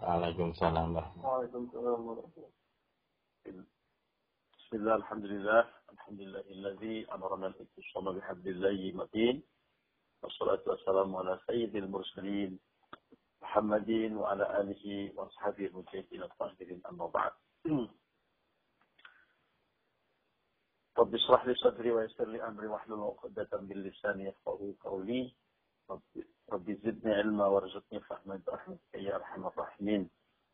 Waalaikumsalam. Waalaikumsalam warahmatullahi wabarakatuh. Bismillah, alhamdulillah. Alhamdulillahilladzi amarana al-ittisama bihablillahi matin. Wassalatu wassalamu ala sayyidil mursalin Muhammadin wa ala alihi wa ashabihi mujahidin at-tahirin amma ba'd. Rabbi shrah li sadri wa yassir li amri wahlul 'uqdatam min lisani yafqahu qawli. Rabbi zidni ilma warzuqni fahman rahmatika ya arhamar rahimin.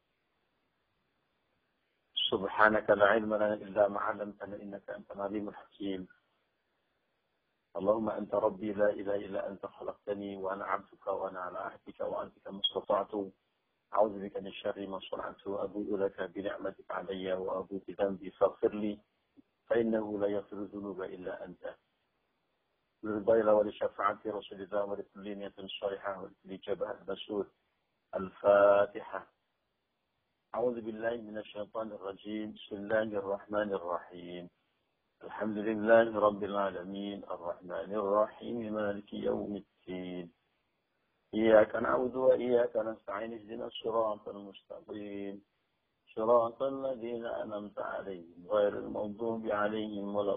Subhanaka la ilma lana illa ma 'allamtana innaka antal alimul hakim. Allahumma anta rabbi la ilaha illa anta khalaqtani wa ana 'abduka wa ana 'ala ahdika wa antika mustata'tu. A'udzu bika min syarri ma sana'tu wa abu'u laka bi ni'matika 'alayya wa abu'u bi dhanbi faghfir li fa innahu la yaghfiru dhunuba illa anta. للضيل ولشفاعة رسول الله ولكل نية صالحة ولجبهة الرسول. الفاتحة. أعوذ بالله من الشيطان الرجيم. بسم الله الرحمن الرحيم. الحمد لله رب العالمين الرحمن الرحيم مالك يوم الدين. إياك نعبد وإياك نستعين اهدنا الصراط المستقيم صراط الذين أنعمت عليهم غير المغضوب عليهم ولا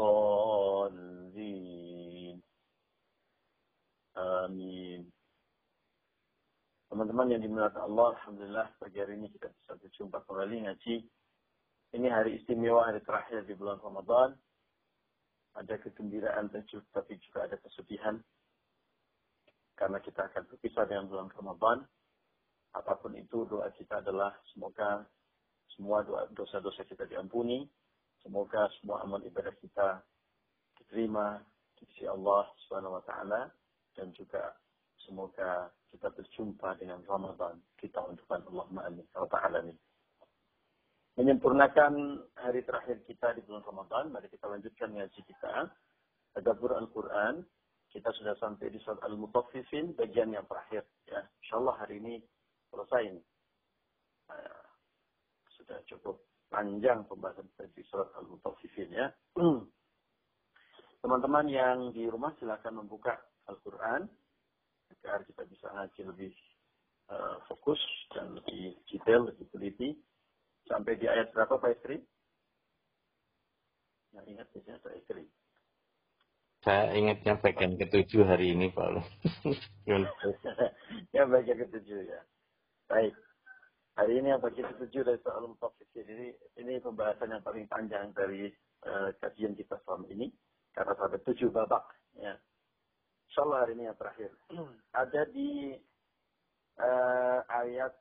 الضالين. Amin. Teman-teman yang dimuliakan Allah, alhamdulillah pagi hari ini kita bisa berjumpa kembali ngaji. Ini hari istimewa, hari terakhir di bulan Ramadan. Ada kegembiraan tapi juga ada kesedihan. Karena kita akan berpisah dengan bulan Ramadan. Apapun itu, doa kita adalah semoga semua dosa-dosa kita diampuni. Semoga semua amal ibadah kita diterima di sisi Allah Subhanahu wa taala dan juga semoga kita berjumpa dengan Ramadan kita untukkan Allahumma amin wa ta'ala amin. Menyempurnakan hari terakhir kita di bulan Ramadan, mari kita lanjutkan ngaji kita tadabbur Al-Qur'an. Kita sudah sampai di surat Al-Mutaffifin bagian yang terakhir ya. Insyaallah hari ini selesai ini. Sudah cukup panjang pembahasan di surat Al-Mutaffifin ya. Teman-teman yang di rumah silakan membuka Al-Quran agar kita bisa ngaji lebih fokus dan lebih detail, lebih teliti. Sampai di ayat berapa Pak Istri? Yang ingat biasanya Pak Istri. Saya ingatnya bagian ke-7 hari ini, Pak. Ya bagian ke-7 ya. Baik. Hari ini yang bagian ke-7 dari soal Al-Mutaffifin. Jadi ini pembahasan yang paling panjang dari kajian kita selama ini. Karena sampai 7 babak. Ya. Insyaallah hari ini yang terakhir. Ada di ayat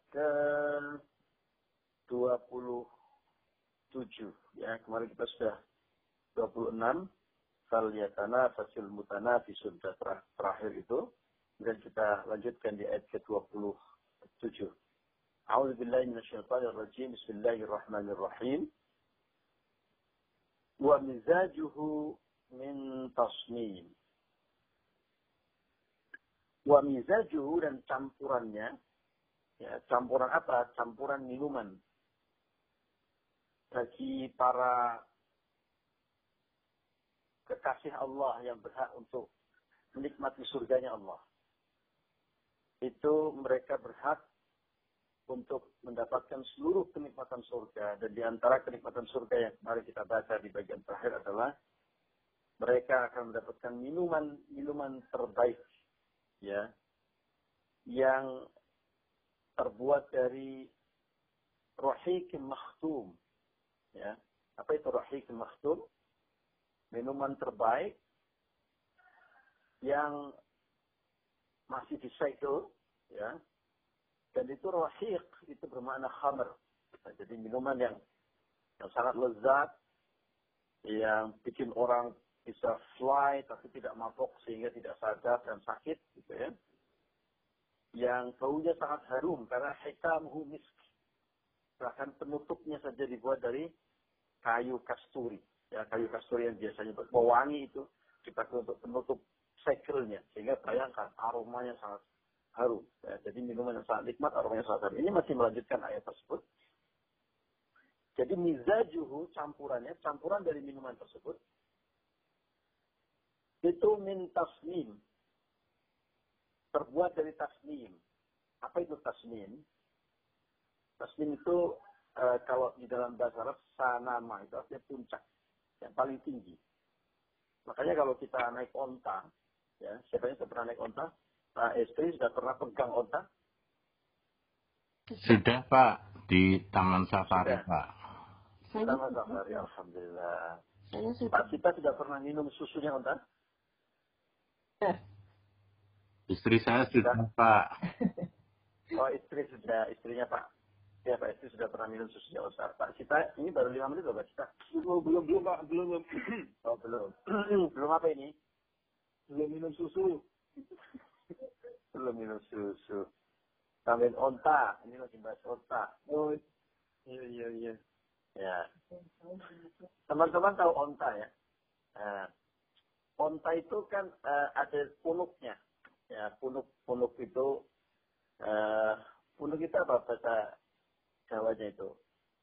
ke-27. Ya, kemarin kita sudah 26. Falyatanafasul mutanafisun terakhir itu. Kemudian kita lanjutkan di ayat ke-27. A'udzu billahi minasyaitonir rajim. Bismillahirrahmanirrahim. Wa mizajuhu min tasnim. Wa mizajuhu dan campurannya, ya, campuran apa? Campuran minuman. Bagi para kekasih Allah yang berhak untuk menikmati surganya Allah. Itu mereka berhak untuk mendapatkan seluruh kenikmatan surga. Dan di antara kenikmatan surga yang kemarin kita baca di bagian terakhir adalah mereka akan mendapatkan minuman terbaik. Ya, yang terbuat dari rahiq makhtum. Ya, apa itu rahiq makhtum? Minuman terbaik yang masih disegel, ya. Dan itu rahiq itu bermakna khamr. Nah, jadi minuman yang sangat lezat, yang bikin orang bisa fly tapi tidak mabok sehingga tidak sadar dan sakit gitu ya. Yang baunya sangat harum karena hikamuhu misk. Bahkan penutupnya saja dibuat dari kayu kasturi. Ya, kayu kasturi yang biasanya berwangi itu dipakai untuk penutup segelnya sehingga bayangkan aromanya sangat harum. Ya, jadi minuman yang sangat nikmat, aromanya sangat harum. Ini masih melanjutkan ayat tersebut. Jadi mizajuhu campurannya, campuran dari minuman tersebut itu min tasnim. Terbuat dari tasnim. Apa itu tasnim? Tasnim itu kalau di dalam bahasa Arab sanama itu artinya puncak, yang paling tinggi. Makanya kalau kita naik onta, ya, siapa yang pernah naik onta? Pak istri sudah pernah pegang onta? Sudah Pak, di Taman Safari Sudah. Pak. Taman Safari, alhamdulillah. Saya sudah. Pak Cita sudah pernah minum susunya onta? Istri saya sudah Pak. Oh istri sudah, istrinya Pak. Ya Pak istri sudah pernah minum susunya onta. Pak Cita ini baru 5 menit loh Pak Cita. Belum Pak, belum. Oh belum. Belum apa ini? Belum minum susu. Belum minum susu. Tambahin onta. Ini lagi bahas onta. Oh, iya. Ya. Teman-teman tahu onta ya? Nah, onta itu kan ada punuknya. Ya, punuk itu punuk itu apa bahasa Jawanya itu?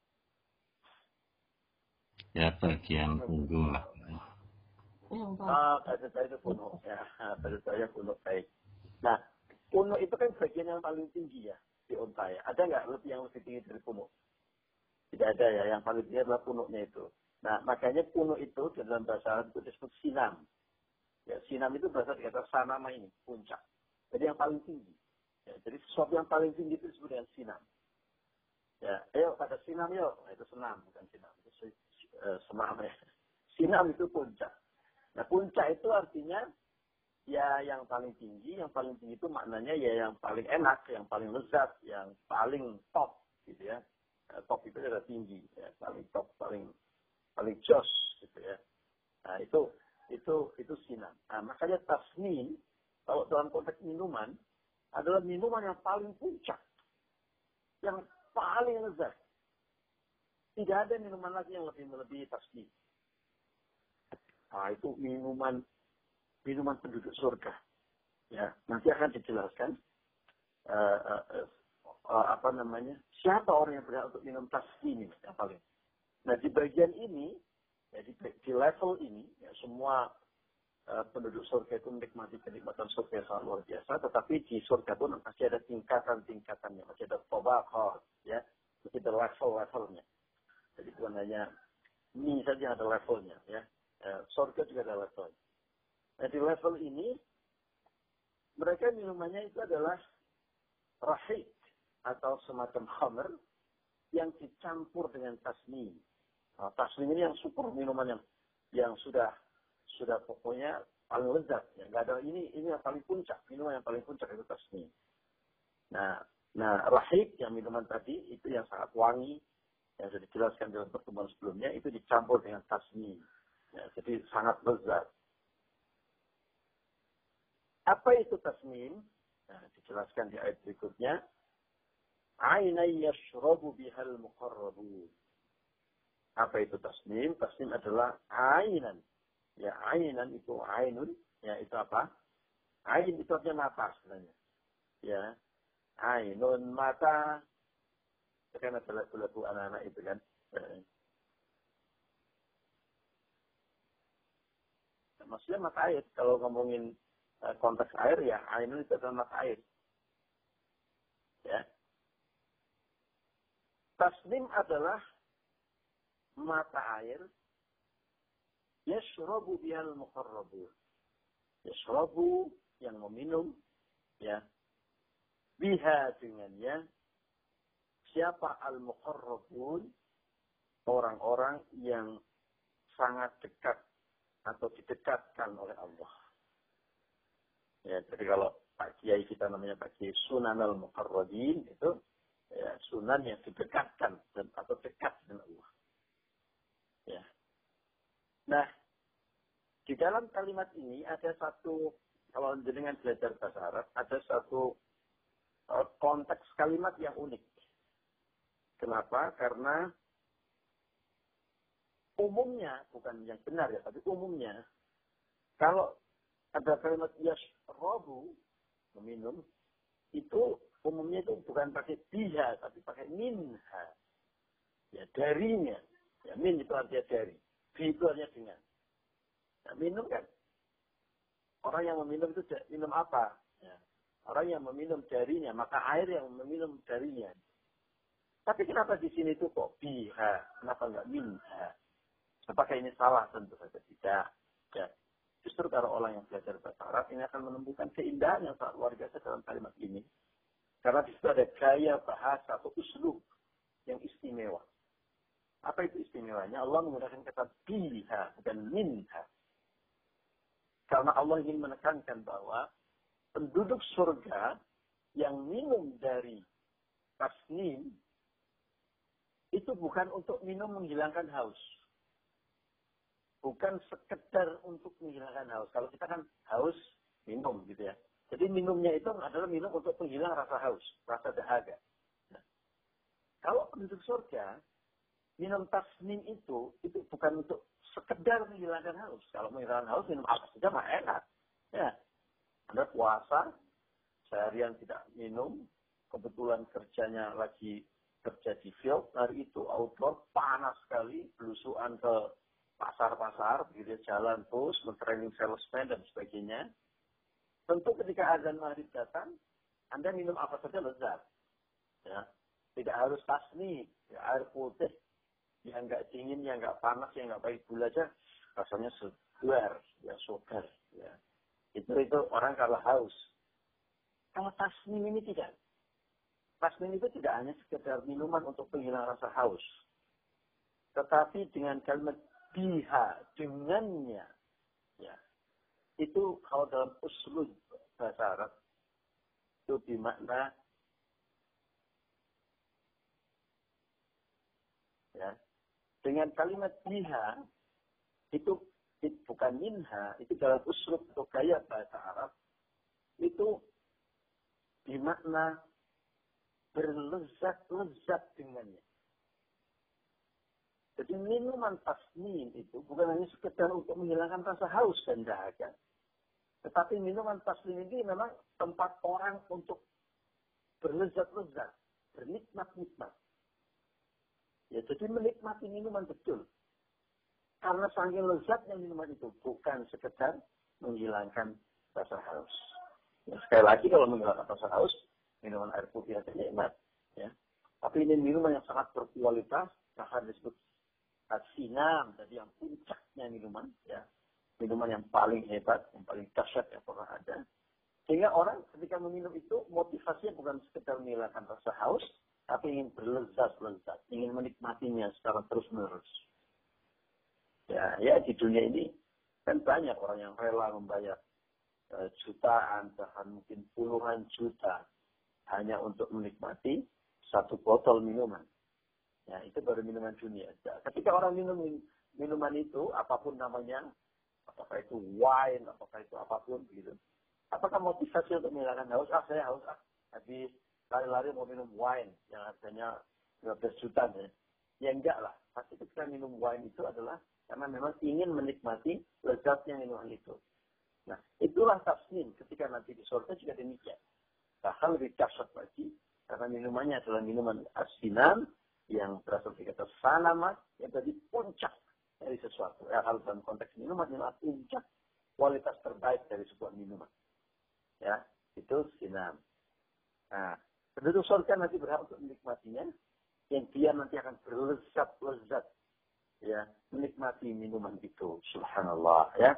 Ya, bagian punggung lah. Bahasa Jawa itu punuk. Ya, bahasa Jawa punuk baik. Nah, punuk itu kan bagian yang paling tinggi ya di onta ya. Ada nggak yang lebih tinggi dari punuk? Tidak ada ya. Yang paling tinggi adalah punuknya itu. Nah, makanya punuk itu dalam bahasa Arab itu disebut sinam. Ya, sinam itu berasal dari kata sanama ini, puncak. Jadi yang paling tinggi. Ya, jadi sesuatu yang paling tinggi itu disebut dengan sinam. Ya, ayo pada sinam yuk. Nah, itu senam, bukan sinam. Itu senam ya. Sinam itu puncak. Nah, puncak itu artinya ya yang paling tinggi itu maknanya ya yang paling enak, yang paling lezat, yang paling top gitu ya. Top itu adalah tinggi, ya, paling top, paling jos gitu ya. Nah, itu sinam. Nah, makanya tasnim kalau dalam konteks minuman adalah minuman yang paling puncak, yang paling lezat. Tidak ada minuman lagi yang lebih melebihi tasnim. Nah, itu minuman penduduk surga. Ya, nanti akan dijelaskan apa namanya? Siapa orang yang berhak untuk minum tasnim ini yang paling. Nah, di bagian ini, ya, di level ini, ya, semua penduduk surga itu menikmati kenikmatan surga yang sangat luar biasa, tetapi di surga pun masih ada tingkatan-tingkatannya, masih ada tabaqat, ya, masih ada level-levelnya. Jadi bukan hanya ini saja yang ada levelnya, ya. Surga juga ada levelnya. Nah, di level ini, mereka minumannya itu adalah rahik atau semacam khamr yang dicampur dengan tasnim. Nah, tasnim ini yang super minuman yang sudah pokoknya paling lezat. Ya. Nggak ada ini yang paling puncak. Minuman yang paling puncak itu tasnim. Nah, rahik yang minuman tadi itu yang sangat wangi, yang sudah dijelaskan dalam pertemuan sebelumnya, itu dicampur dengan tasnim. Ya, jadi sangat lezat. Apa itu tasnim? Nah, dijelaskan di ayat berikutnya. Ainai yashrabu bihal muqarrabun. Apa itu tasnim? Tasnim adalah ainan. Ya, ainan itu ainun. Ya, itu apa? Ain itu artinya mata sebenarnya. Ya, ainun mata. Itu kan ada lagu-lagu anak-anak itu kan. Maksudnya mata air. Kalau ngomongin konteks air, ya ainun itu adalah mata air. Ya. Tasnim adalah mata air. Yashrabu bihal muqarrabun. Yashrabu yang meminum, ya. Biha dengannya. Siapa al-muqarrabun? Orang-orang yang sangat dekat atau didekatkan oleh Allah. Ya, jadi kalau Pak Kiai kita namanya Pak Kiai Sunan al-Muqarrabin itu ya, sunan yang didekatkan atau dekat dengan Allah. Ya. Nah, di dalam kalimat ini ada satu, kalau dengan belajar bahasa Arab, ada satu konteks kalimat yang unik. Kenapa? Karena umumnya, bukan yang benar ya, tapi umumnya, kalau ada kalimat yashrabu, meminum, itu umumnya itu bukan pakai biha, tapi pakai minha. Ya, darinya. Ya, min itu artinya dari. Bi itu artinya dengan. Nah, minum kan. Orang yang meminum itu minum apa? Ya. Orang yang meminum darinya, maka air yang meminum darinya. Tapi kenapa di sini itu kok biha? Kenapa enggak minha? Apakah ini salah? Tentu saja tidak. Ya. Justru kalau orang yang belajar bahasa Arab ini akan menemukan keindahan yang sangat luar biasa dalam kalimat ini. Karena di situ ada gaya bahasa atau uslub yang istimewa. Apa itu istimewanya? Allah menggunakan kata biha dan minha. Karena Allah ingin menekankan bahwa penduduk surga yang minum dari tasnim itu bukan untuk minum menghilangkan haus. Bukan sekedar untuk menghilangkan haus. Kalau kita kan haus, minum gitu ya. Jadi minumnya itu adalah minum untuk penghilang rasa haus, rasa dahaga. Nah, kalau penduduk surga, minum tasnim itu bukan untuk sekedar menghilangkan haus. Kalau menghilangkan haus, minum apa saja mah enak. Ya, Anda puasa, seharian tidak minum, kebetulan kerjanya lagi kerja di field, hari itu outdoor, panas sekali, belusuan ke pasar-pasar, begitu jalan terus, mentraining salesman dan sebagainya. Tentu ketika azan maghrib datang, Anda minum apa saja lezat. Ya. Tidak harus tasni, ya, air putih, yang nggak dingin, yang nggak panas, yang nggak pakai gula aja, rasanya segar, ya sugar. Ya. Itu orang kalau haus. Kalau tasnim ini tidak. Tasnim itu tidak hanya sekedar minuman untuk penghilang rasa haus. Tetapi dengan kalimat biha, dengannya. Ya. Itu kalau dalam uslub bahasa Arab, itu bermakna ya. Dengan kalimat biha, itu bukan minha, itu dalam uslub atau gaya bahasa Arab, itu bermakna berlezat-lezat dengannya. Jadi minuman tasnim itu bukan hanya sekedar untuk menghilangkan rasa haus dan dahaga. Tetapi minuman tasnim ini memang tempat orang untuk berlezat-lezat, bernikmat-nikmat. Ya, jadi menikmati minuman betul. Karena saking lezatnya minuman itu bukan sekedar menghilangkan rasa haus. Ya, sekali lagi kalau menghilangkan rasa haus, minuman air putih aja nikmat. Ya. Tapi ini minuman yang sangat berkualitas, bahkan disebut sinam, jadi yang puncaknya minuman, ya. Minuman yang paling hebat, yang paling dahsyat yang pernah ada. Sehingga orang ketika meminum itu motivasinya bukan sekedar menghilangkan rasa haus, tapi ingin berlezat-lezat, ingin menikmatinya secara terus-menerus. Ya, di dunia ini kan banyak orang yang rela membayar jutaan, bahkan mungkin puluhan juta hanya untuk menikmati satu botol minuman. Ya, itu baru minuman dunia. Ketika orang minum minuman itu, apapun namanya, apakah itu wine, apakah itu apapun gitu. Apakah motivasi untuk menghilangkan haus? Saya haus. Habis lari-lari mau minum wine yang harganya 15 juta. Ya enggak lah. Pasti ketika minum wine itu adalah karena memang ingin menikmati lezatnya minuman itu. Nah, itulah tasnim ketika nanti di surga juga demikian. Bahkan lebih dahsyat lagi, karena minumannya adalah minuman asinan yang berasal dari kata sanama, yang tadi puncak dari sesuatu. Ya, kalau dalam konteks minuman, adalah puncak kualitas terbaik dari sebuah minuman. Ya, itu sinam. Nah, penduduk surga nanti berhak untuk menikmatinya, yang dia nanti akan berlezat-lezat, ya, menikmati minuman itu. Subhanallah, ya.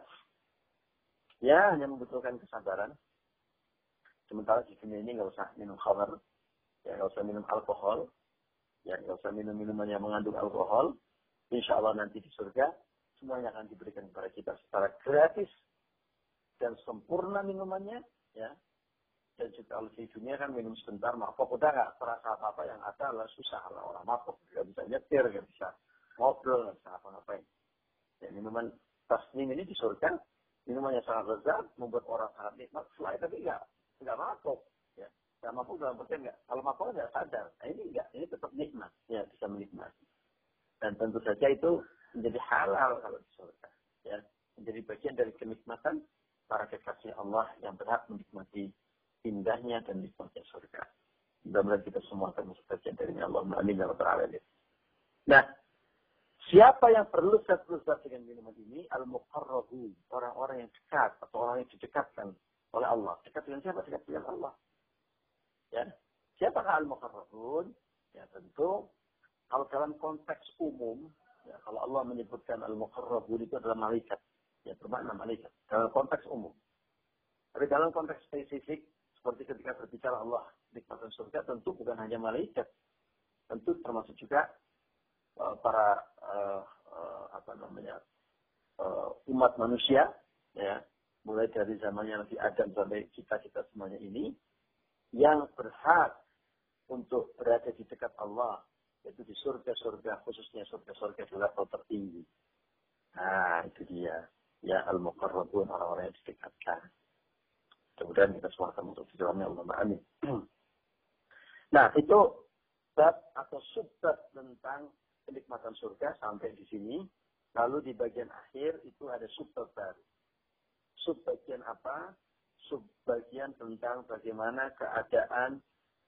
Ya, hanya membutuhkan kesabaran. Sementara di dunia ini nggak usah minum khamar, ya, nggak usah minum alkohol, ya, nggak usah minum minuman yang mengandung alkohol. Insya Allah nanti di surga semuanya akan diberikan kepada kita secara gratis dan sempurna minumannya, ya. Dan juga kalau di dunia kan minum sebentar, mabok, udah nggak terasa apa-apa, yang ada adalah susah lah orang mabok, nggak bisa nyetir, nggak bisa ngobrol, nggak bisa apa-ngapain. Ya, minuman tasnim ini di surga, minumannya sangat lezat, membuat orang sangat nikmat, tapi nggak mabok, ya. Nggak mabok dalam artian nggak, kalau mabok nggak sadar. Nah, ini nggak, ini tetap nikmat, ya, bisa menikmati. Dan tentu saja itu menjadi halal kalau di surga, ya, menjadi bagian dari kenikmatan para kekasih Allah yang berhak menikmati indahnya dan nikmatnya surga. Mudah-mudahan kita semua akan masuk bagian dari Allah. Amin ya rabbal alamin. Nah, siapa yang berlezat-lezat dengan minuman ini? Al-muqarrabun, orang-orang yang dekat atau orang yang didekatkan oleh Allah. Dekat dengan siapa? Dekat dengan Allah. Ya. Siapakah al-muqarrabun? Ya tentu kalau dalam konteks umum, ya, kalau Allah menyebutkan al-muqarrabun itu adalah malaikat, ya bermakna malaikat dalam konteks umum. Tapi dalam konteks spesifik, seperti ketika berbicara Allah nikmatan surga, tentu bukan hanya malaikat, tentu termasuk juga para umat manusia, ya, mulai dari zamannya Nabi Adam sampai kita semuanya ini, yang berhak untuk berada di dekat Allah, yaitu di surga-surga, khususnya surga-surga di level tertinggi. Nah, itu dia. Ya, al-muqarrabun, orang-orang yang didekatkan. Kemudian kita semuakan untuk dijawabnya Allah. Amin. Nah, itu bab atau subbab tentang kenikmatan surga sampai di sini. Lalu di bagian akhir itu ada subbab baru. Subbagian apa? Subbagian tentang bagaimana keadaan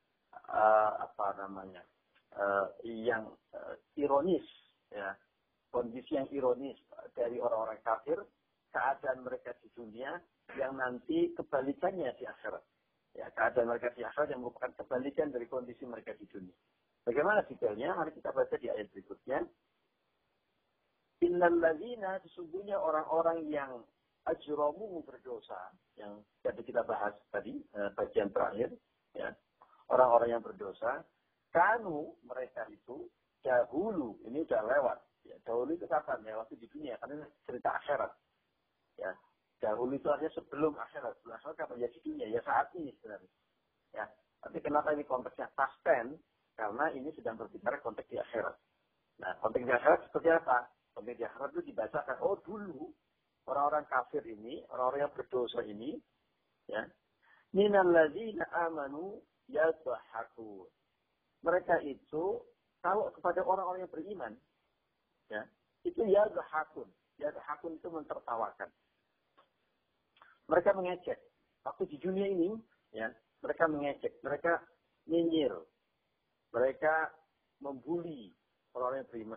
yang ironis, ya, kondisi yang ironis dari orang-orang kafir, keadaan mereka di dunia yang nanti kebalikannya di akhirat. Ya, keadaan mereka di akhirat yang merupakan kebalikan dari kondisi mereka di dunia. Bagaimana detailnya? Mari kita baca di ayat berikutnya. Innal ladzina, sesungguhnya orang-orang yang ajramu, berdosa, yang tadi kita bahas tadi bagian terakhir, ya. Orang-orang yang berdosa, kanu, mereka itu dahulu, ini sudah lewat. Ya, dahulu itu kapan? Ya, waktu di dunia, karena cerita akhirat. Ya, dahulu itu artinya sebelum akhirat. Sebelum akhirat kapan? Ya di dunia, ya saat ini sebenarnya. Ya, tapi kenapa ini konteksnya past tense? Karena ini sedang berbicara konteks di akhirat. Nah, konteks di akhirat seperti apa? Konteks di akhirat itu dibacakan, oh dulu orang-orang kafir ini, orang-orang yang berdosa ini, ya, minal ladzina amanu yadhahakun. Mereka itu kalau kepada orang-orang yang beriman, ya, itu yadhahakun. Yadhahakun itu mentertawakan. Mereka mengejek. Waktu di dunia ini, ya, mereka mengejek, mereka nyinyir, mereka membuli orang-orang yang beriman.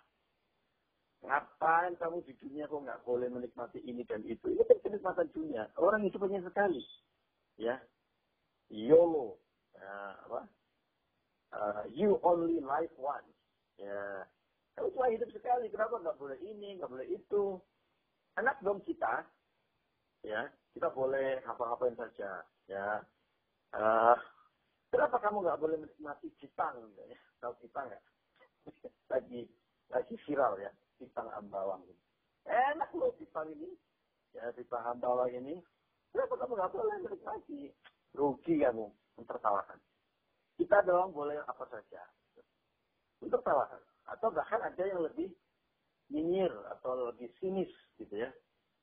Ngapain kamu di dunia kok nggak boleh menikmati ini dan itu? Ini kan kenikmatan dunia. Orang itu banyak sekali, ya. YOLO, you only live once. Ya, kamu cuma hidup sekali. Kenapa nggak boleh ini, nggak boleh itu? Anak dong kita, ya, kita boleh apa-apain saja, ya. Kenapa kamu nggak boleh menikmati Jipang? Ya? Tahu Jipang nggak? lagi viral, ya, Jipang Ambawang. Enak loh Jipang ini, ya, Jipang Ambawang ini. Kenapa kamu nggak boleh menikmati? Rugi kamu, mentertawakan. Kita dong boleh apa saja, mentertawakan. Atau bahkan ada yang lebih nyinyir atau lebih sinis, gitu ya.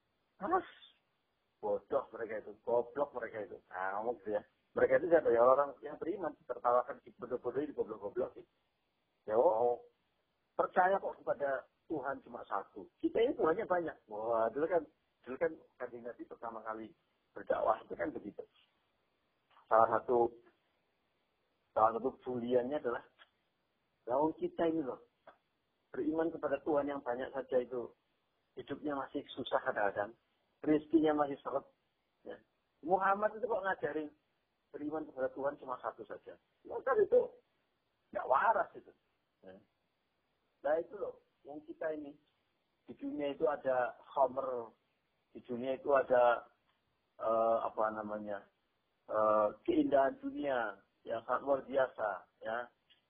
Bodoh mereka itu, goblok mereka itu. Nah, ngomong gitu ya. Mereka itu siapa ya? Orang yang beriman, tertawakan di bodoh-bodoh, di goblok-goblok. Ya, percaya kok kepada Tuhan cuma satu. Kita ini Tuhannya banyak. Wah, dulu kan Kanjeng Nabi pertama kali berdakwah itu kan begitu. Salah satu buliannya adalah, lawan kita ini loh, beriman kepada Tuhan yang banyak saja itu, hidupnya masih susah kadang-kadang, rezekinya masih seret. Ya. Muhammad itu kok ngajarin beriman kepada Tuhan cuma satu saja. Maka itu nggak waras itu. Ya. Nah itu loh, yang kita ini, di dunia itu ada khamr, di dunia itu ada keindahan dunia yang sangat luar biasa, ya.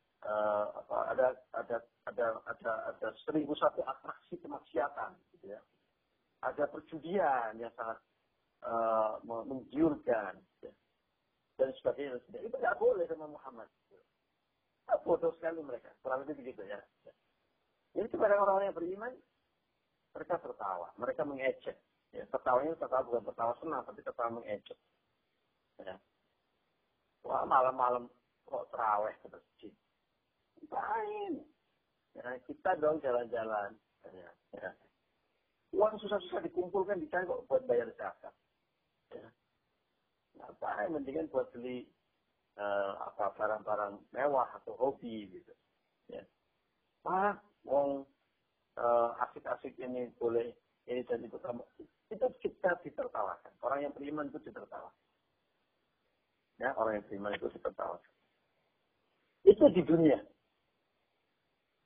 Ada 1001 atraksi kemaksiatan, gitu ya. Ada perjudian yang sangat menggiurkan, ya. Dan sebagainya. Itu tidak boleh sama Muhammad. Bodoh sekali mereka. Kurang lebih begitu, ya. Jadi kepada orang-orang yang beriman, mereka tertawa, mereka mengejek. Ya, tertawanya bukan tertawa senang, tapi tertawa mengejek. Ya. Wah, malam-malam kok terawih ke masjid. Ngapain? Ya, kita dong jalan-jalan. Ya. Uang susah-susah dikumpulkan, dicari kok buat bayar zakat. Ya. Ngapain? Mendingan buat beli barang-barang mewah atau hobi gitu. Ya. Wong asik-asik ini boleh ini dan itu kita ditertawakan. Orang yang beriman itu ditertawakan. Ya, orang yang beriman itu ditertawakan. Itu di dunia.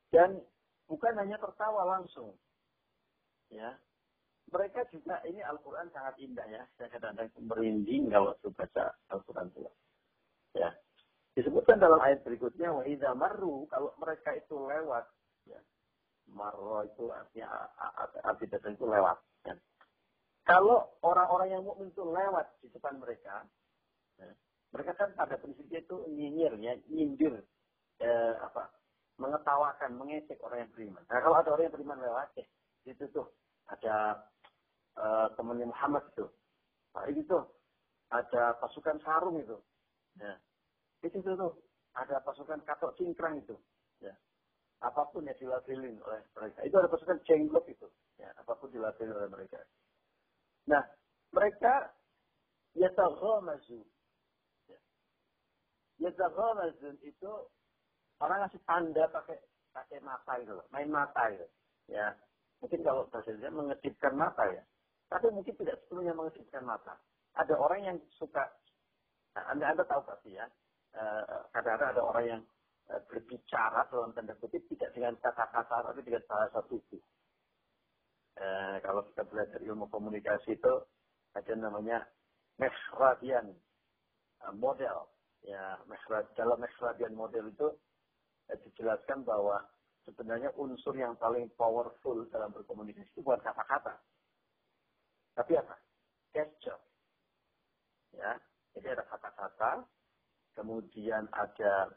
Dan bukan hanya tertawa langsung. Ya. Mereka juga, ini Al-Quran sangat indah ya. Saya kadang-kadang merinding kalau baca Al-Quran itu. Ya. Disebutkan dalam ayat berikutnya, wa idza marru, kalau mereka itu lewat, ya. Marra itu artinya arti dasar itu lewat. Ya. Kalau orang-orang yang mukmin itu lewat di depan mereka, ya, mereka kan pada prinsipnya itu nyinyir, ya, nyindir, mengetawakan, mengecek orang yang beriman. Nah, kalau ada orang yang beriman lewat, itu tuh ada temannya Muhammad itu. Nah, itu tuh ada pasukan sarung itu. Ya. Itu tuh ada pasukan katok cingkrang itu. Ya. Apapun yang dilabelin oleh mereka. Itu ada pasukan jenglot itu. Ya. Apapun dilabelin oleh mereka. Nah, mereka yataghamazu. Ya. Yataghamazun itu orang ngasih tanda pakai mata gitu loh. Main mata gitu. Ya. Mungkin kalau bahasa Indonesia mengedipkan mata ya. Tapi mungkin tidak sepenuhnya mengedipkan mata. Ada orang yang suka, nah, Anda tahu pasti ya, kadang-kadang ada orang yang berbicara dalam tanda kutip tidak dengan kata-kata, tapi dengan bahasa tubuh. Kalau kita belajar ilmu komunikasi itu, ada namanya Mekhradian model. Ya, dalam Mekhradian model itu dijelaskan bahwa sebenarnya unsur yang paling powerful dalam berkomunikasi itu bukan kata-kata. Tapi apa? Gesture. Ya, jadi ada kata-kata, kemudian ada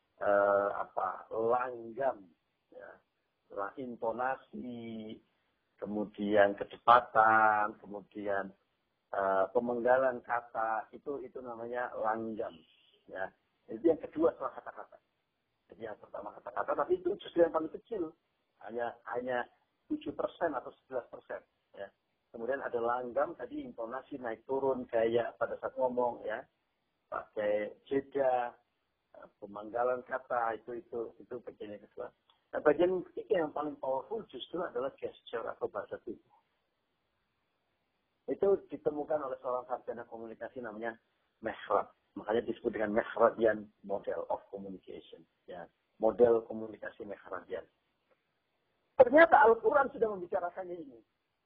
langgam, ya, intonasi, kemudian kecepatan, kemudian pemenggalan kata, itu namanya langgam. Ya, itu yang kedua setelah kata-kata. Jadi yang pertama kata-kata, tapi itu justru yang paling kecil, hanya 7% atau 11%. Ya. Kemudian ada langgam, tadi intonasi naik turun, gaya pada saat ngomong, ya, pakai jeda, pemanggalan kata, itu bagian yang kedua. Nah, bagian ketiga yang paling powerful justru adalah gesture atau bahasa tubuh. Itu ditemukan oleh seorang sarjana komunikasi namanya Mekhrad. Makanya disebut dengan Mekhradian Model of Communication. Ya, model komunikasi Mekhradian. Ternyata Al-Quran sudah membicarakannya ini.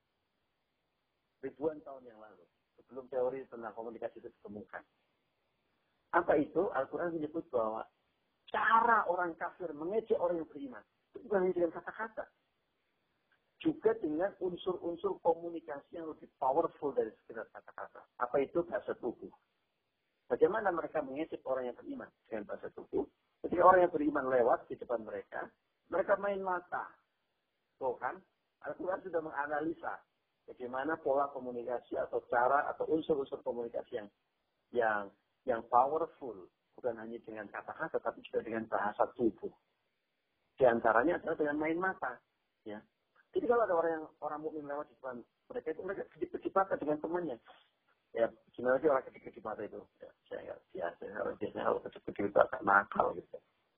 Ribuan tahun yang lalu. Sebelum teori tentang komunikasi itu ditemukan. Apa itu? Al-Quran menyebut bahwa cara orang kafir mengejek orang yang beriman. Itu bukan hanya dengan kata-kata. Juga dengan unsur-unsur komunikasi yang lebih powerful dari sekedar kata-kata. Apa itu? Bahasa tubuh. Bagaimana mereka mengejek orang yang beriman dengan bahasa tubuh? Ketika orang yang beriman lewat di depan mereka main mata. Tuh kan? Al-Quran sudah menganalisa bagaimana pola komunikasi atau cara atau unsur-unsur komunikasi yang powerful. Bukan hanya dengan kata-kata, tapi juga dengan bahasa tubuh. Di antaranya adalah dengan main mata. Ya. Jadi kalau ada orang mukmin lewat di depan mereka, itu mereka kedip-kedip mata dengan temannya. Ya, gimana sih orang kedip-kedip mata itu? Ya, saya nggak biasa. Biasanya kalau kedip-kedip itu agak nakal gitu.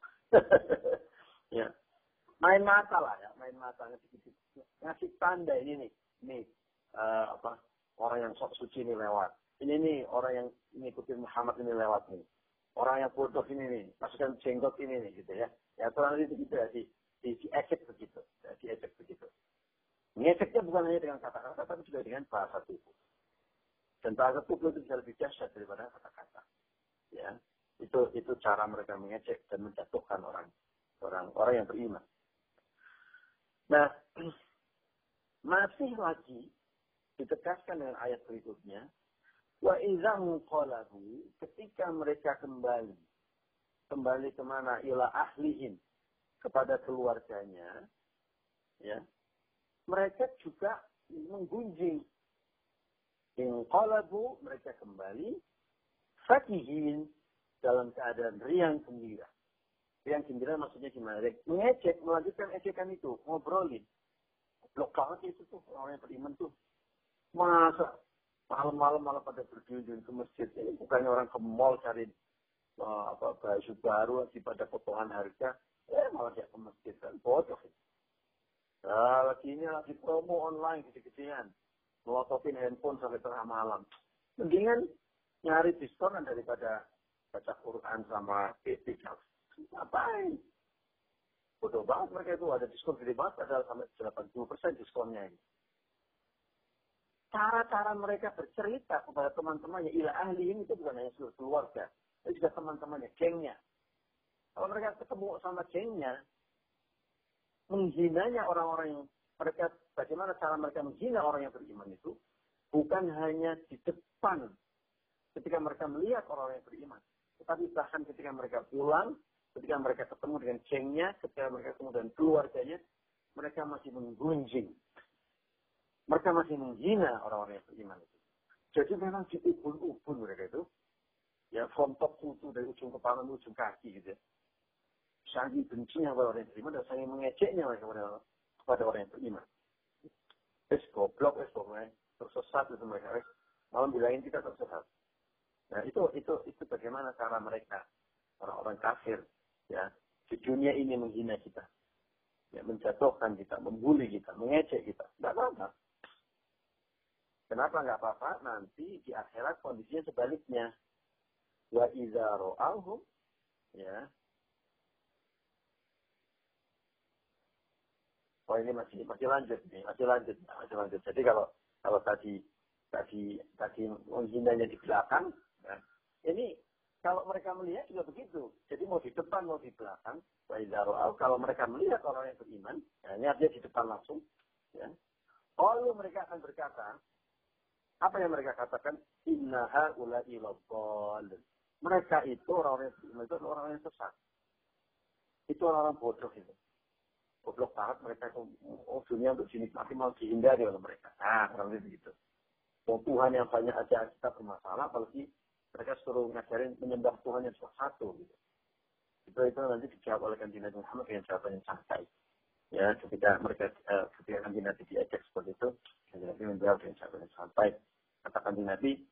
Ya. Main mata lah ya, main mata. Ngasih tanda ini nih. Orang yang sok suci ini lewat. Ini nih, orang yang mengikuti Muhammad ini lewat nih. Orang yang bodoh ini nih, pasukan jenggot ini nih, gitu ya. Ya, kurang lebih begitu ya, diejek begitu. Ya, diejek begitu. Ngejeknya bukan hanya dengan kata-kata, tapi juga dengan bahasa tubuh. Dan bahasa tubuh itu bisa lebih dahsyat daripada kata-kata. Ya, itu cara mereka mengejek dan menjatuhkan orang yang beriman. Nah, masih lagi ditegaskan dengan ayat berikutnya, wa idza qalabu, ketika mereka kembali kemana? Ila ahlihim, kepada keluarganya, ya, mereka juga menggunjing. In qalabu, mereka kembali fakihin, dalam keadaan riang gembira. Riang gembira maksudnya gimana? Mengejek, melanjutkan ejekan itu, ngobrolin. Blok banget itu tuh, orang yang beriman tuh. Masa malam-malam malah pada berjunjung ke masjid. Ini bukannya orang ke mall cari baju baru lagi pada potongan harga. Malah dia ke masjid kan. Bodoh. Nah, lagi promo online gede-gedean. Melototin handphone sampai tengah malam. Mendingan nyari diskon daripada baca Quran sama etikaf. Ngapain? Bodoh banget mereka itu, ada diskon gede banget, ada sampai 80% diskonnya ini. Cara-cara mereka bercerita kepada teman-temannya, ila ahliin itu bukan hanya seluruh keluarga, tapi juga teman-temannya, gengnya. Kalau mereka ketemu sama gengnya, menghinanya orang-orang yang mereka, bagaimana cara mereka menghina orang yang beriman itu, bukan hanya di depan ketika mereka melihat orang yang beriman, tetapi bahkan ketika mereka pulang, ketika mereka ketemu dengan gengnya, ketika mereka ketemu dengan keluarganya, mereka masih menggunjing. Mereka masih menghina orang-orang yang beriman itu. Jadi memang diubun-ubun mereka itu. Ya, from top to dari ujung kepala ke ujung kaki gitu ya. Saking bencinya kepada orang yang beriman dan saking mengejeknya mereka kepada orang yang beriman. Goblok, pokoknya tersesat itu mereka. Malah bilangin kita tersesat. Nah, itu bagaimana cara mereka, orang-orang kafir, ya, di dunia ini menghina kita. Ya, menjatuhkan kita, membuli kita, mengejek kita. Tidak apa-apa. Kenapa nggak apa-apa? Nanti di akhirat kondisinya sebaliknya. Wa idza ra'awhum, ya. Oh, ini masih lanjut nih, masih lanjut. Jadi kalau tadi menghinanya di belakang, ya, ini kalau mereka melihat juga begitu. Jadi mau di depan mau di belakang, wa idza ra'aw, kalau mereka melihat orang yang beriman, ya, ini artinya di depan langsung, ya. Lalu mereka akan berkata, apa yang mereka katakan? Inna haula'i laddallun. Mereka itu orang-orang yang beriman, itu orang yang sesat. Itu orang-orang bodoh itu. Goblok banget mereka itu. Oh, dunia untuk dinikmati mau dihindari oleh mereka. Nah, kurang lebih begitu. Oh, Tuhan yang banyak aja kita bermasalah, apalagi mereka suruh ngajarin menyembah Tuhan yang cuma satu. Gitu. Itu nanti dijawab oleh Kanjeng Nabi Muhammad dengan jawaban yang santai. Ya, ketika Kanjeng Nabi diajak seperti itu, Kanjeng Nabi menjawab dengan jawaban yang santai. Kata Kanjeng Nabi,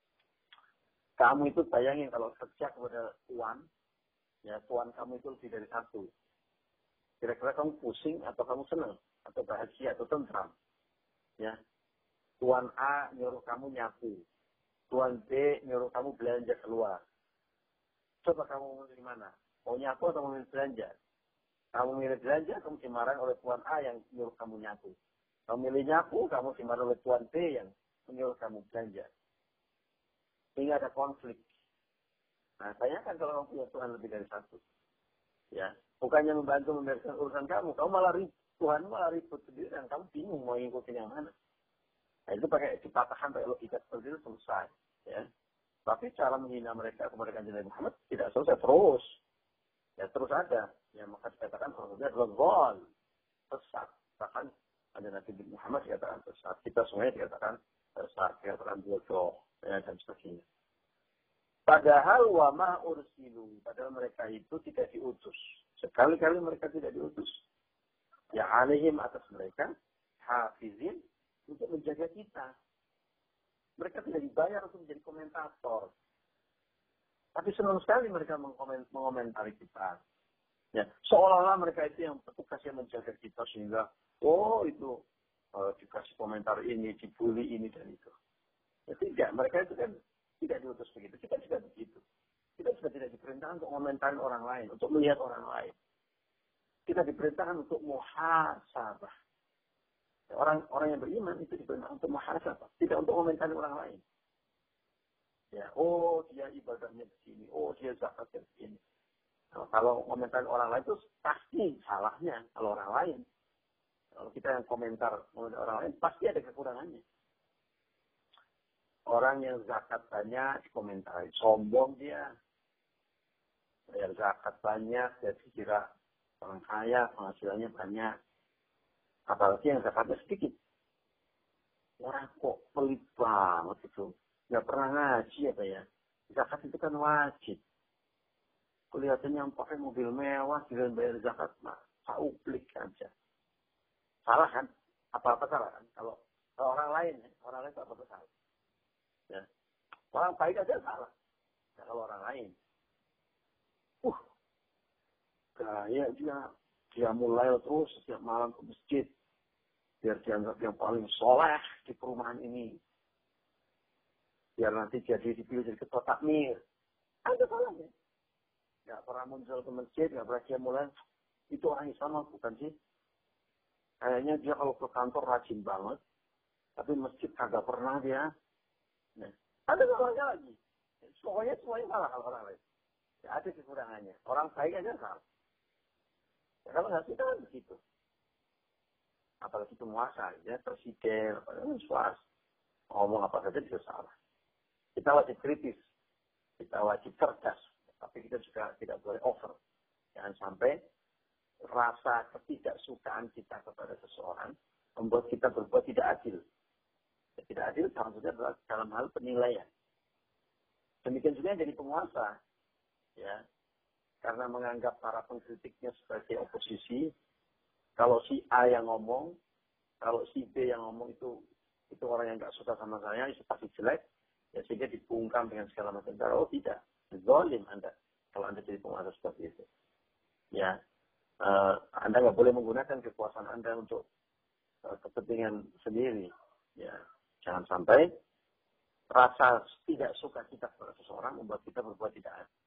kamu itu bayangin kalau kerja kepada tuan, ya tuan kamu itu lebih dari satu. Kira-kira kamu pusing atau kamu senang atau bahagia atau tentram, ya. Tuan A nyuruh kamu nyapu, tuan B nyuruh kamu belanja keluar. Coba kamu milih mana? Mau nyapu atau mau milih belanja? Kamu milih belanja, kamu dimarahin oleh tuan A yang nyuruh kamu nyapu. Kamu milih nyapu, kamu dimarahin oleh tuan B yang menyuruh kamu belanja. Sehingga ada konflik. Nah, bayangkan kalau kamu punya Tuhan lebih dari satu. Ya, bukannya membantu membereskan urusan kamu malah Tuhan malah ribut sendiri dan kamu bingung mau ngikutin yang mana. Nah, itu pakai dipatahkan pakai logika seperti itu selesai. Ya, tapi cara menghina mereka kepada Kanjeng Nabi Muhammad tidak selesai terus. Ya, terus ada. Ya, maka dikatakan bahwa adalah gol, sesat. Bahkan Kanjeng Nabi Muhammad dikatakan sesat. Kita semuanya dikatakan sesat, dikatakan bodoh, ya, dan sebagainya. Padahal wama ursilu, padahal mereka itu tidak diutus. Sekali-kali mereka tidak diutus. Ya alaihim atas mereka, hafizin, untuk menjaga kita. Mereka tidak dibayar untuk menjadi komentator. Tapi senang sekali mereka mengomentari kita. Ya, seolah-olah mereka itu yang petugas yang menjaga kita sehingga, itu dikasih komentar ini, dibully ini dan itu. Ya tidak, mereka itu kan tidak diutus begitu. Kita juga begitu. Kita juga tidak diperintahkan untuk komentari orang lain, untuk melihat orang lain. Kita diperintahkan untuk muhasabah. Orang yang beriman itu diperintahkan untuk muhasabah, tidak untuk komentari orang lain. Ya, dia ibadahnya begini, dia zakatnya begini. Nah, kalau komentari orang lain itu pasti salahnya kalau orang lain. Kalau kita yang komentar orang lain pasti ada kekurangannya. Orang yang zakat banyak dikomentari, sombong dia. Bayar zakat banyak, dia dikira orang kaya, penghasilannya banyak. Apalagi yang zakatnya sedikit. Orang kok pelit banget itu. Nggak pernah ngaji apa ya. Zakat itu kan wajib. Kelihatannya yang pakai mobil mewah, dengan bayar zakat, sauplik aja. Salah kan? Apa-apa salah kan? Kalau orang lain itu apa-apa salah. Ya. Orang baik aja salah. Ya, kalau orang lain. Gaya dia mulai terus setiap malam ke masjid. Biar dianggap yang paling soleh di perumahan ini. Biar nanti dipilih jadi ketua takmir. Ada salahnya. Nggak pernah muncul ke masjid, nggak pernah dia mulai. Itu orang Islam bukan sih? Kayaknya dia kalau ke kantor rajin banget, tapi masjid kagak pernah dia. Nah, ada salahnya lagi. Pokoknya semuanya salah kalau orang lain. Ya, ada kekurangannya. Orang baik aja salah. Ya, kalau nggak kita kan begitu. Apalagi penguasa, ya presiden, apalagi swasta. Ngomong apa saja bisa salah. Kita wajib kritis. Kita wajib cerdas. Tapi kita juga tidak boleh over. Jangan sampai rasa ketidaksukaan kita kepada seseorang membuat kita berbuat tidak adil. Tidak adil maksudnya adalah dalam hal penilaian. Demikian juga yang jadi penguasa, ya, karena menganggap para pengkritiknya sebagai oposisi. Kalau si A yang ngomong, kalau si B yang ngomong itu orang yang nggak suka sama saya, itu pasti jelek, ya sehingga dibungkam dengan segala macam cara. Oh tidak, zalim Anda kalau Anda jadi penguasa seperti itu. Ya, Anda nggak boleh menggunakan kekuasaan Anda untuk kepentingan sendiri. Ya, jangan sampai rasa tidak suka kita kepada seseorang membuat kita berbuat tidak adil.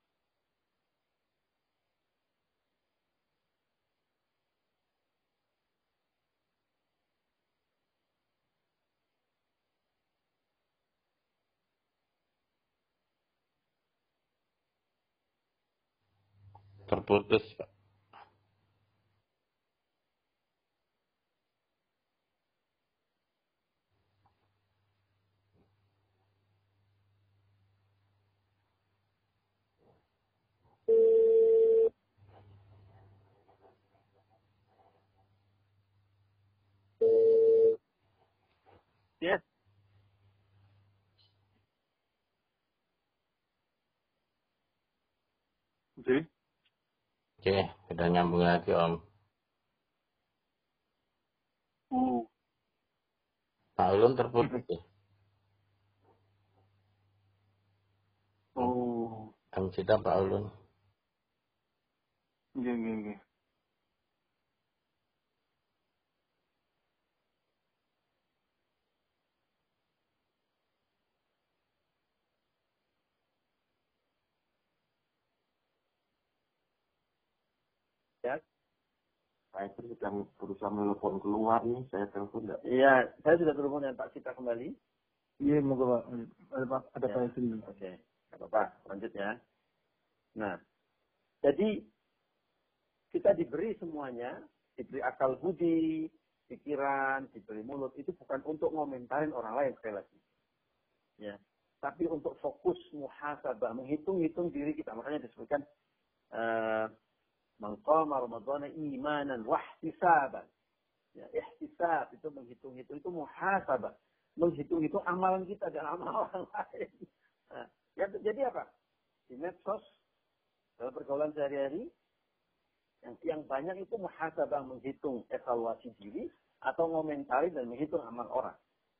Terputus, Pak. Ya, oke. Oke, udah nyambung lagi, Om. Pak Ulun terputus ya? Kang Cita, Pak Ulun. Oke. Ya, Saya itu sudah berusaha menelpon keluar nih, saya telepon enggak? iya, saya sudah terhubung dengan Pak Cita kembali. Iya, moga Pak. Ada Ya. Pak Yasin. Oke, nggak apa-apa, lanjut ya. Nah, jadi kita diberi semuanya, diberi akal budi, pikiran, diberi mulut, itu bukan untuk ngomentarin orang lain sekali lagi. Ya, tapi untuk fokus muhasabah, menghitung-hitung diri kita. Makanya disebutkan man qama ramadhana imanan wahtisaban. Ya, ihtisab itu menghitung-hitung, itu muhasabah. Menghitung-hitung amalan kita dan amalan orang lain. Nah, ya, jadi apa? Di medsos, dalam pergaulan sehari-hari, yang banyak itu muhasabah, menghitung evaluasi diri, atau ngomentari dan menghitung amal orang.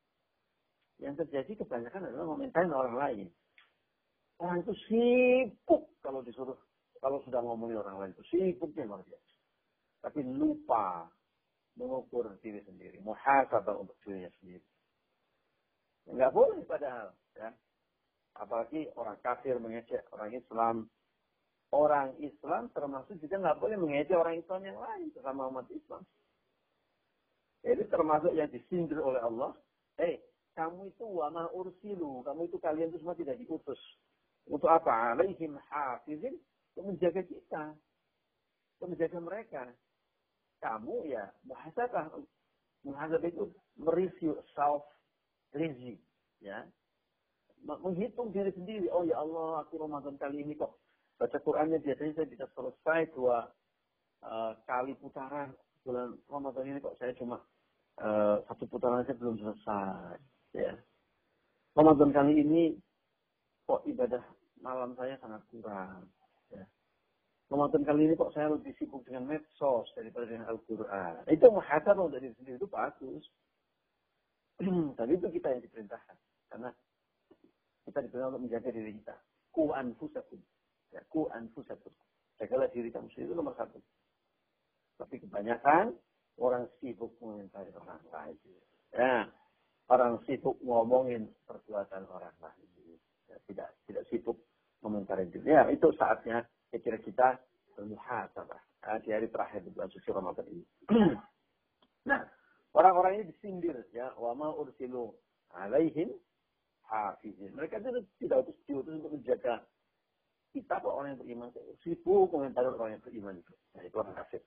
Yang terjadi kebanyakan adalah ngomentarin orang lain. Orang itu sibuk kalau sudah ngomongin orang lain itu sibuknya luar biasa. Tapi lupa mengukur diri sendiri, muhasabah untuk dirinya sendiri. Enggak boleh padahal, ya. Apalagi orang kafir mengejek orang Islam. Orang Islam termasuk juga nggak boleh mengejek orang Islam yang lain sesama umat Islam. Itu termasuk yang disindir oleh Allah. Kamu itu wama ursilu, kamu itu kalian itu semua tidak diutus. Untuk apa? Alaihim hafizin, untuk menjaga kita, untuk menjaga mereka. Kamu ya muhasabah itu mereview self-review, ya, menghitung diri sendiri. Oh ya Allah, aku Ramadan kali ini kok baca Qurannya biasanya saya bisa selesai 2 kali putaran. Bulan Ramadan ini kok saya cuma 1 putaran saja belum selesai. Ya. Ramadan kali ini kok ibadah malam saya sangat kurang. Ya. Ramadan kali ini kok saya lebih sibuk dengan medsos daripada dengan Al-Quran. Itu muhasabah untuk diri sendiri itu bagus. Tapi itu kita yang diperintahkan. Karena kita diperintahkan untuk menjaga diri kita. Ku anfusakum. Ya, ku anfusakum. Jagalah diri kamu sendiri itu nomor 1. Tapi kebanyakan orang sibuk mengomentari orang lain. Ya. Orang sibuk ngomongin perbuatan orang lain. Ya, tidak sibuk komentari diri. Ya, itu saatnya kira kita bermuhasabah. di hari terakhir di bulan suci Ramadan ini. Nah, orang-orang ini disindir ya, wa ma ursilu alaihim hafizin. Mereka itu tidak diutus untuk menjaga kita orang yang beriman. Sibuk komentar orang yang beriman itu. Nah, itu orang kafir.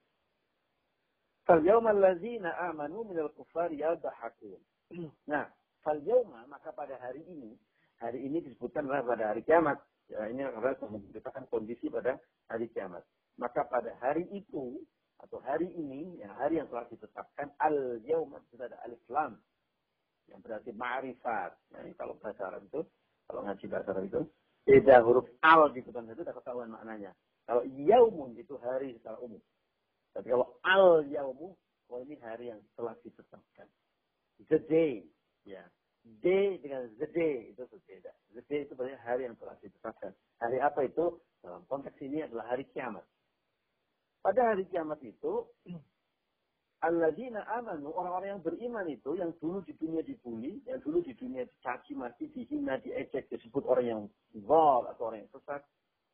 Fal yawma allazina amanu minal kuffari yadhakun. Nah, fal yawma, maka pada hari ini disebutkan pada hari kiamat. Ya, ini adalah menceritakan kondisi pada hari kiamat. Maka pada hari itu atau hari ini, ya, hari yang telah ditetapkan al-yauma, itu ada alif lam yang berarti ma'rifat. Nah, ini kalau bahasa Arab itu, kalau ngaji bahasa Arab itu, beda huruf al di depan itu sudah ketahuan maknanya. Kalau yaumun itu hari secara umum. Tapi kalau al-yaumu, ini hari yang telah ditetapkan. The day, ya. Day dengan the day itu berbeda. The day itu berarti hari yang telah ditetapkan. Hari apa itu? Dalam konteks ini adalah hari kiamat. Pada hari kiamat itu, alladzina amanu, orang-orang yang beriman itu, yang dulu di dunia dibully, yang dulu di dunia dicaci maki, dihina, diejek, disebut orang yang zal atau orang yang sesat,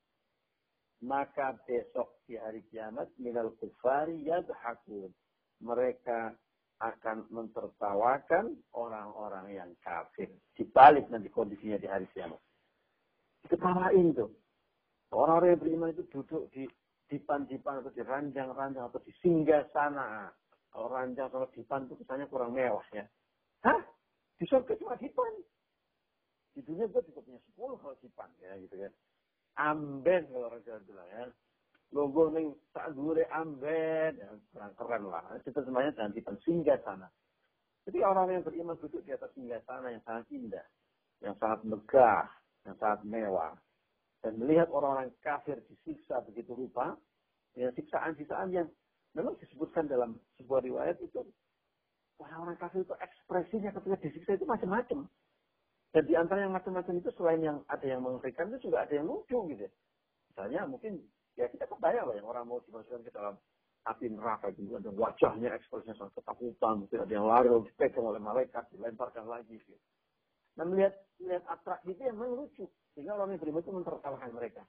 maka besok di hari kiamat, minal kufari yadhakun. Mereka akan mentertawakan orang-orang yang kafir. Dibalik nanti kondisinya di hari kiamat. Diketawain tuh. Orang-orang yang beriman itu duduk di dipan-dipan atau di ranjang-ranjang atau di singgah sana. Kalau ranjang sama dipan itu kesannya kurang mewah ya. Hah? Di surga cuma dipan. Di dunia gue juga punya 10 kalau dipan ya gitu kan. Amben kalau orang Jawa bilang ya. Logo ning sak dhuwure amben ya keren lah. Itu semuanya dengan dipan singgah sana. Jadi orang-orang yang beriman duduk di atas singgah sana yang sangat indah, yang sangat megah, yang sangat mewah. Dan melihat orang-orang kafir disiksa begitu rupa, dengan siksaan-siksaan yang memang disebutkan dalam sebuah riwayat itu, orang-orang kafir itu ekspresinya ketika disiksa itu macam-macam. Dan di antara yang macam-macam itu selain yang ada yang mengerikan itu juga ada yang lucu gitu. Misalnya mungkin ya kita kebayang lah yang orang mau dimasukkan ke dalam api neraka gitu, ada wajahnya ekspresinya sangat ketakutan, mungkin ada yang lari dipegang oleh malaikat, dilemparkan lagi gitu. Nah melihat atraksi itu yang memang lucu. Sehingga orang yang beriman itu mentertawakan mereka.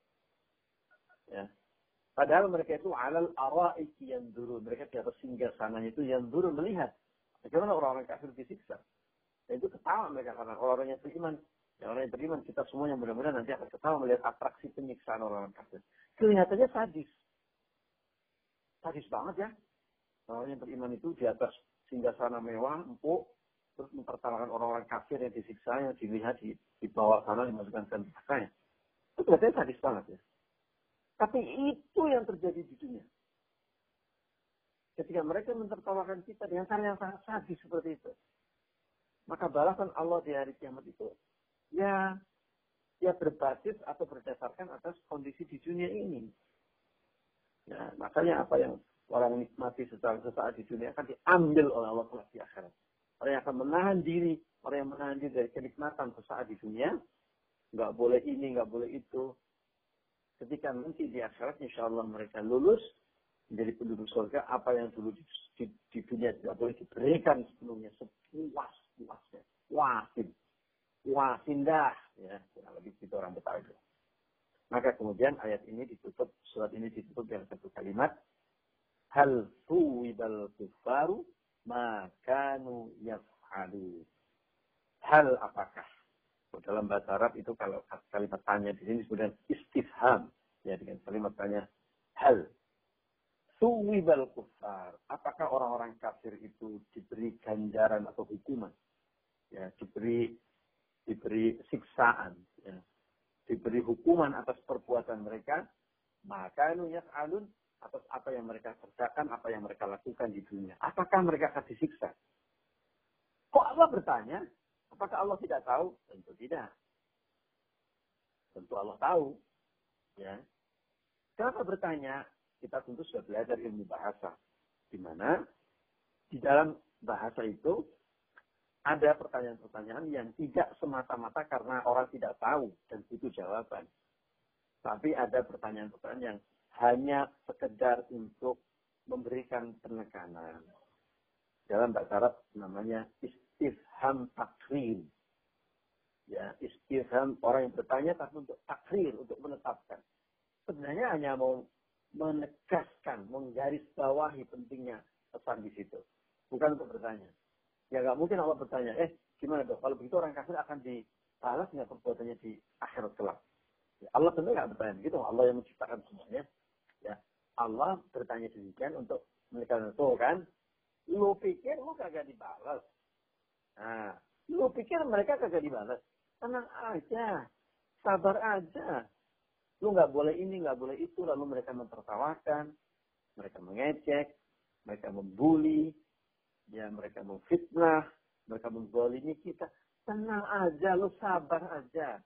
Ya. Padahal mereka itu alal ara'iki yang dulu. Mereka di atas singgah sananya itu yang dulu melihat. Bagaimana orang-orang kafir disiksa. Dan itu ketawa mereka. Karena orang yang beriman. Ya, orang yang beriman kita semua yang mudah-mudahan nanti akan ketawa melihat atraksi penyiksaan orang-orang kafir. Kelihatannya sadis. Sadis banget ya. Orang yang beriman itu di atas singgah sana mewah, empuk. Terus mempertaruhkan orang-orang kafir yang disiksa, yang dilihat di bawah sana, dimasukkan ke nerakanya. Itu biasanya sadis banget ya. Tapi itu yang terjadi di dunia. Ketika mereka mentertawakan kita dengan cara yang sangat sadis seperti itu. Maka balasan Allah di hari kiamat itu, ya berbasis atau berdasarkan atas kondisi di dunia ini. Ya, makanya apa yang orang nikmati secara sesaat di dunia akan diambil oleh Allah di akhirat. Orang yang akan menahan diri dari kenikmatan sesaat di dunia, nggak boleh ini, nggak boleh itu. Ketika nanti di akhirat, insya Allah mereka lulus menjadi penduduk surga, apa yang dulu di dunia tidak boleh diberikan sepenuhnya, sepuas-puasnya. Wasindah, ya, kurang lebih itu orang Betawi. Maka kemudian ayat ini ditutup, surat ini ditutup dengan satu kalimat, hal tuwibal kufaru makanu yaf'alu. Hal apakah? Dalam bahasa Arab itu kalau kalimat tanya di sini disebutkan istifham. Ya, dengan kalimat tanya hal. Suwibal kufar. Apakah orang-orang kafir itu diberi ganjaran atau hukuman? Ya, diberi siksaan. Ya. Diberi hukuman atas perbuatan mereka. Makanu yaf'alun. Atas apa yang mereka kerjakan, apa yang mereka lakukan di dunia. Apakah mereka akan disiksa? Kok Allah bertanya? Apakah Allah tidak tahu? Tentu tidak. Tentu Allah tahu. Ya. Kenapa bertanya? Kita tentu sudah belajar ilmu bahasa. Di mana di dalam bahasa itu ada pertanyaan-pertanyaan yang tidak semata-mata karena orang tidak tahu dan butuh jawaban. Tapi ada pertanyaan-pertanyaan yang hanya sekedar untuk memberikan penekanan. Dalam bahasa Arab namanya istifham takrir. Ya, istifham orang yang bertanya tapi untuk takrir, untuk menetapkan. Sebenarnya hanya mau menegaskan, menggarisbawahi pentingnya pesan di situ. Bukan untuk bertanya. Ya nggak mungkin Allah bertanya, gimana dok? Kalau begitu orang kafir akan dibalas nggak perbuatannya di akhirat kelak? Ya, Allah tentu nggak bertanya begitu. Allah yang menciptakan semuanya. Ya, Allah bertanya demikian untuk menekan itu kan. Lu pikir lu kagak dibalas? Nah, lu pikir mereka kagak dibalas? Tenang aja, sabar aja. Lu nggak boleh ini, nggak boleh itu. Lalu mereka mentertawakan, mereka mengejek, mereka membuli, ya mereka memfitnah, mereka menggolimi kita. Tenang aja, lu sabar aja.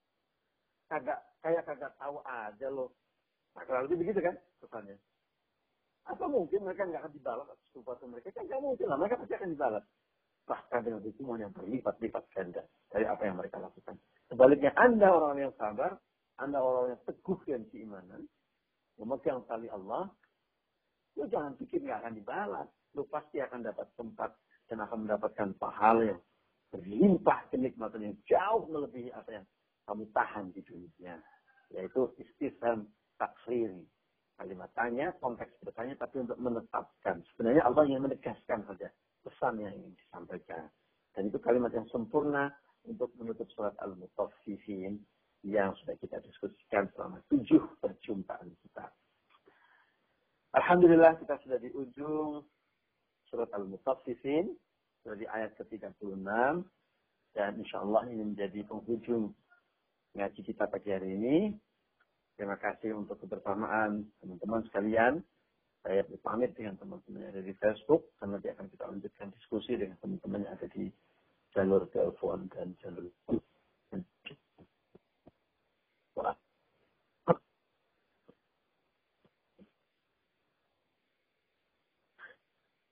Kagak tahu aja lo. Nah, kalau lebih begitu kan pesannya. Apa mungkin mereka nggak akan dibalas atas perbuatan mereka? Kan nggak mungkin lah, mereka pasti akan dibalas. Bahkan dengan hukuman yang berlipat-lipat ganda dari apa yang mereka lakukan. Sebaliknya Anda orang yang sabar, Anda orang yang teguh dan keimanan, memegang tali Allah, lu jangan pikir nggak akan dibalas. Lu pasti akan dapat tempat dan akan mendapatkan pahala yang berlimpah kenikmatan yang jauh melebihi apa yang kamu tahan di dunia. Yaitu istifham takriri. Kalimat tanya, konteks bertanya, tapi untuk menetapkan. Sebenarnya Allah yang menegaskan saja pesan yang ingin disampaikan. Dan itu kalimat yang sempurna untuk menutup surat Al-Mutaffifin yang sudah kita diskusikan selama 7 perjumpaan kita. Alhamdulillah kita sudah di ujung surat Al-Mutaffifin, sudah di ayat ke-36, dan insya Allah ini menjadi penghujung ngaji kita pagi hari ini. Terima kasih untuk kebersamaan teman-teman sekalian. Saya berpamit dengan teman-teman yang ada di Facebook, karena nanti akan kita lanjutkan diskusi dengan teman-teman yang ada di jalur telepon dan jalur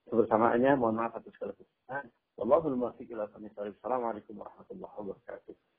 kebersamaannya. Mohon maaf atas segala kesalahan. Wallahul muwaffiq ila aqwamit thoriq. Assalamualaikum warahmatullahi wabarakatuh.